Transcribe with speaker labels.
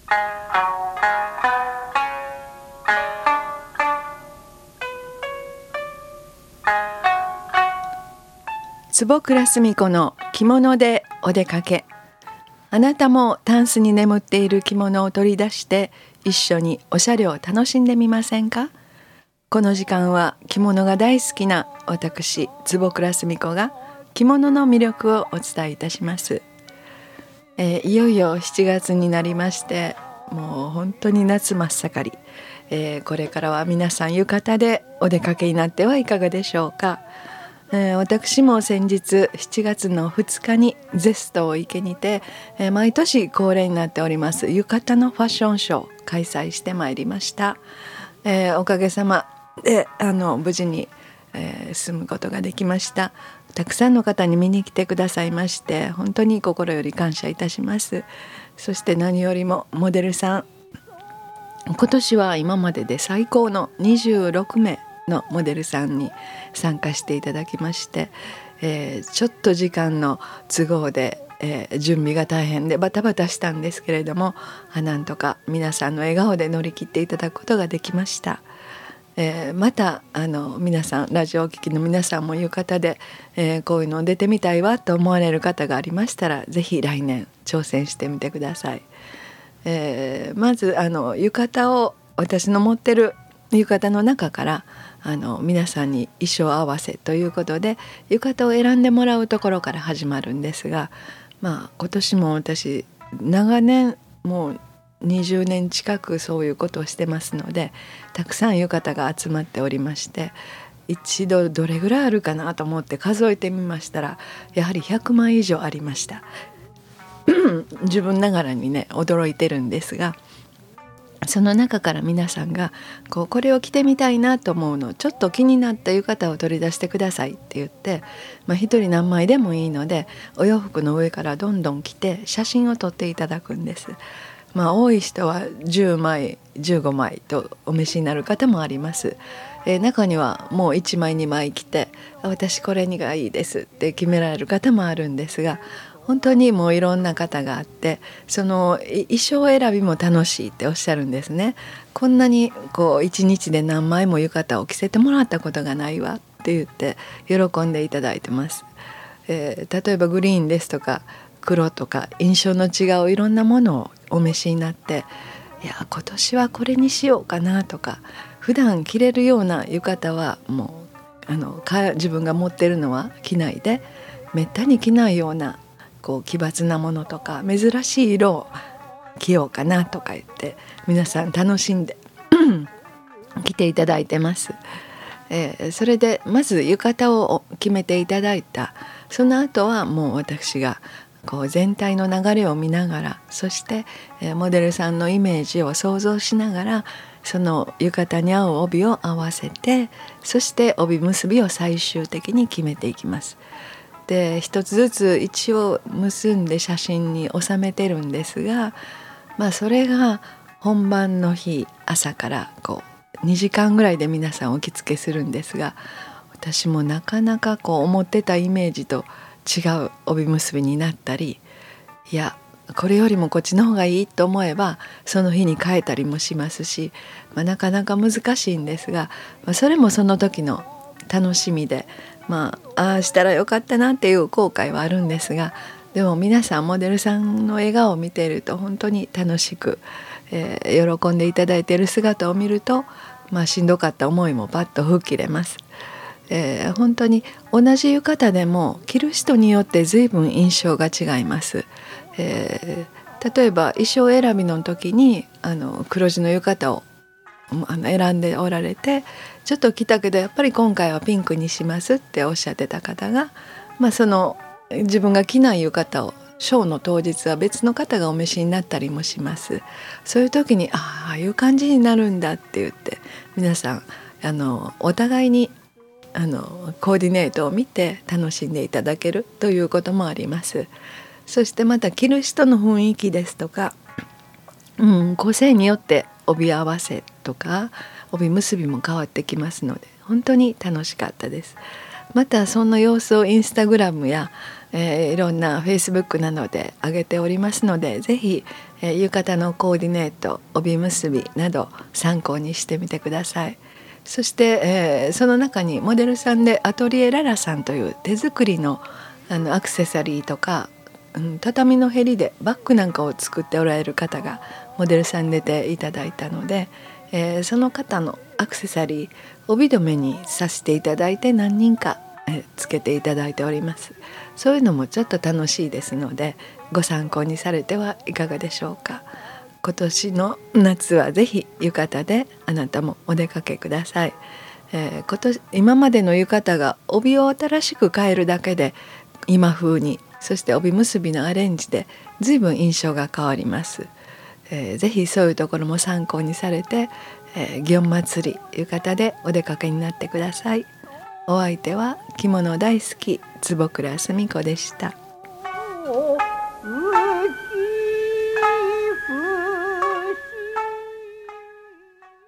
Speaker 1: 坪倉澄子の着物でお出かけ。あなたもタンスに眠っている着物を取り出して一緒におしゃれを楽しんでみませんか。この時間は着物が大好きな私坪倉澄子が着物の魅力をお伝えいたします。いよいよ7月になりまして、もう本当に夏真っ盛り、これからは皆さん浴衣でお出かけになってはいかがでしょうか。私も先日7月の2日にゼスト池にて、毎年恒例になっております浴衣のファッションショーを開催してまいりました。おかげさまで無事に、進むことができました。たくさんの方に見に来てくださいまして本当に心より感謝いたします。そして何よりもモデルさん、今年は今までで最高の26名のモデルさんに参加していただきまして、ちょっと時間の都合で、準備が大変でバタバタしたんですけれども、なんとか皆さんの笑顔で乗り切っていただくことができました。また皆さん、ラジオを聴きの皆さんも浴衣で、こういうの出てみたいわと思われる方がありましたら、ぜひ来年挑戦してみてください。まず浴衣を、私の持ってる浴衣の中から皆さんに衣装合わせということで浴衣を選んでもらうところから始まるんですが、今年も私長年もう20年近くそういうことをしてますので、たくさん浴衣が集まっておりまして、一度どれぐらいあるかなと思って数えてみましたら、やはり100枚以上ありました。自分ながらにね驚いてるんですが、その中から皆さんがこれを着てみたいなと思うの、ちょっと気になった浴衣を取り出してくださいって言って、一人何枚でもいいのでお洋服の上からどんどん着て写真を撮っていただくんです。多い人は10枚15枚とお召しになる方もあります。中にはもう1枚2枚着て、私これにがいいですって決められる方もあるんですが、本当にもういろんな方があって、その衣装選びも楽しいっておっしゃるんですね。こんなに一日で何枚も浴衣を着せてもらったことがないわって言って喜んでいただいてます。例えばグリーンですとか黒とか印象の違ういろんなものをお召しになって、いや今年はこれにしようかなとか、普段着れるような浴衣はもう自分が持ってるのは着ないで、めったに着ないような奇抜なものとか珍しい色を着ようかなとか言って皆さん楽しんで着ていただいてます。それでまず浴衣を決めていただいた、その後はもう私が全体の流れを見ながら、そして、モデルさんのイメージを想像しながら、その浴衣に合う帯を合わせて、そして帯結びを最終的に決めていきます。で一つずつ一応結んで写真に収めてるんですが、それが本番の日朝から2時間ぐらいで皆さんお着付けするんですが、私もなかなか思ってたイメージと違う帯結びになったり、いやこれよりもこっちの方がいいと思えばその日に変えたりもしますし、なかなか難しいんですが、それもその時の楽しみで、ああしたらよかったなっていう後悔はあるんですが、でも皆さんモデルさんの笑顔を見ていると本当に楽しく、喜んでいただいている姿を見ると、しんどかった思いもパッと吹っ切れます。本当に同じ浴衣でも着る人によって随分印象が違います。例えば衣装選びの時に黒地の浴衣を選んでおられて、ちょっと着たけどやっぱり今回はピンクにしますっておっしゃってた方が、その自分が着ない浴衣をショーの当日は別の方がお召しになったりもします。そういう時にああいう感じになるんだって言って、皆さんお互いにコーディネートを見て楽しんでいただけるということもあります。そしてまた着る人の雰囲気ですとか、個性によって帯合わせとか帯結びも変わってきますので、本当に楽しかったです。 またその様子をインスタグラムや、いろんなフェイスブックなどで上げておりますので、ぜひ、浴衣のコーディネート、帯結びなど参考にしてみてください。そして、その中にモデルさんでアトリエララさんという手作りのアクセサリーとか、畳のへりでバッグなんかを作っておられる方がモデルさん出ていただいたので、その方のアクセサリー帯留めにさせていただいて何人か、つけていただいております。そういうのもちょっと楽しいですので、ご参考にされてはいかがでしょうか。今年の夏はぜひ浴衣であなたもお出かけください。今までの浴衣が帯を新しく変えるだけで今風に、そして帯結びのアレンジで随分印象が変わります。ぜひそういうところも参考にされて、祇園祭浴衣でお出かけになってください。お相手は着物大好き坪倉澄子でした。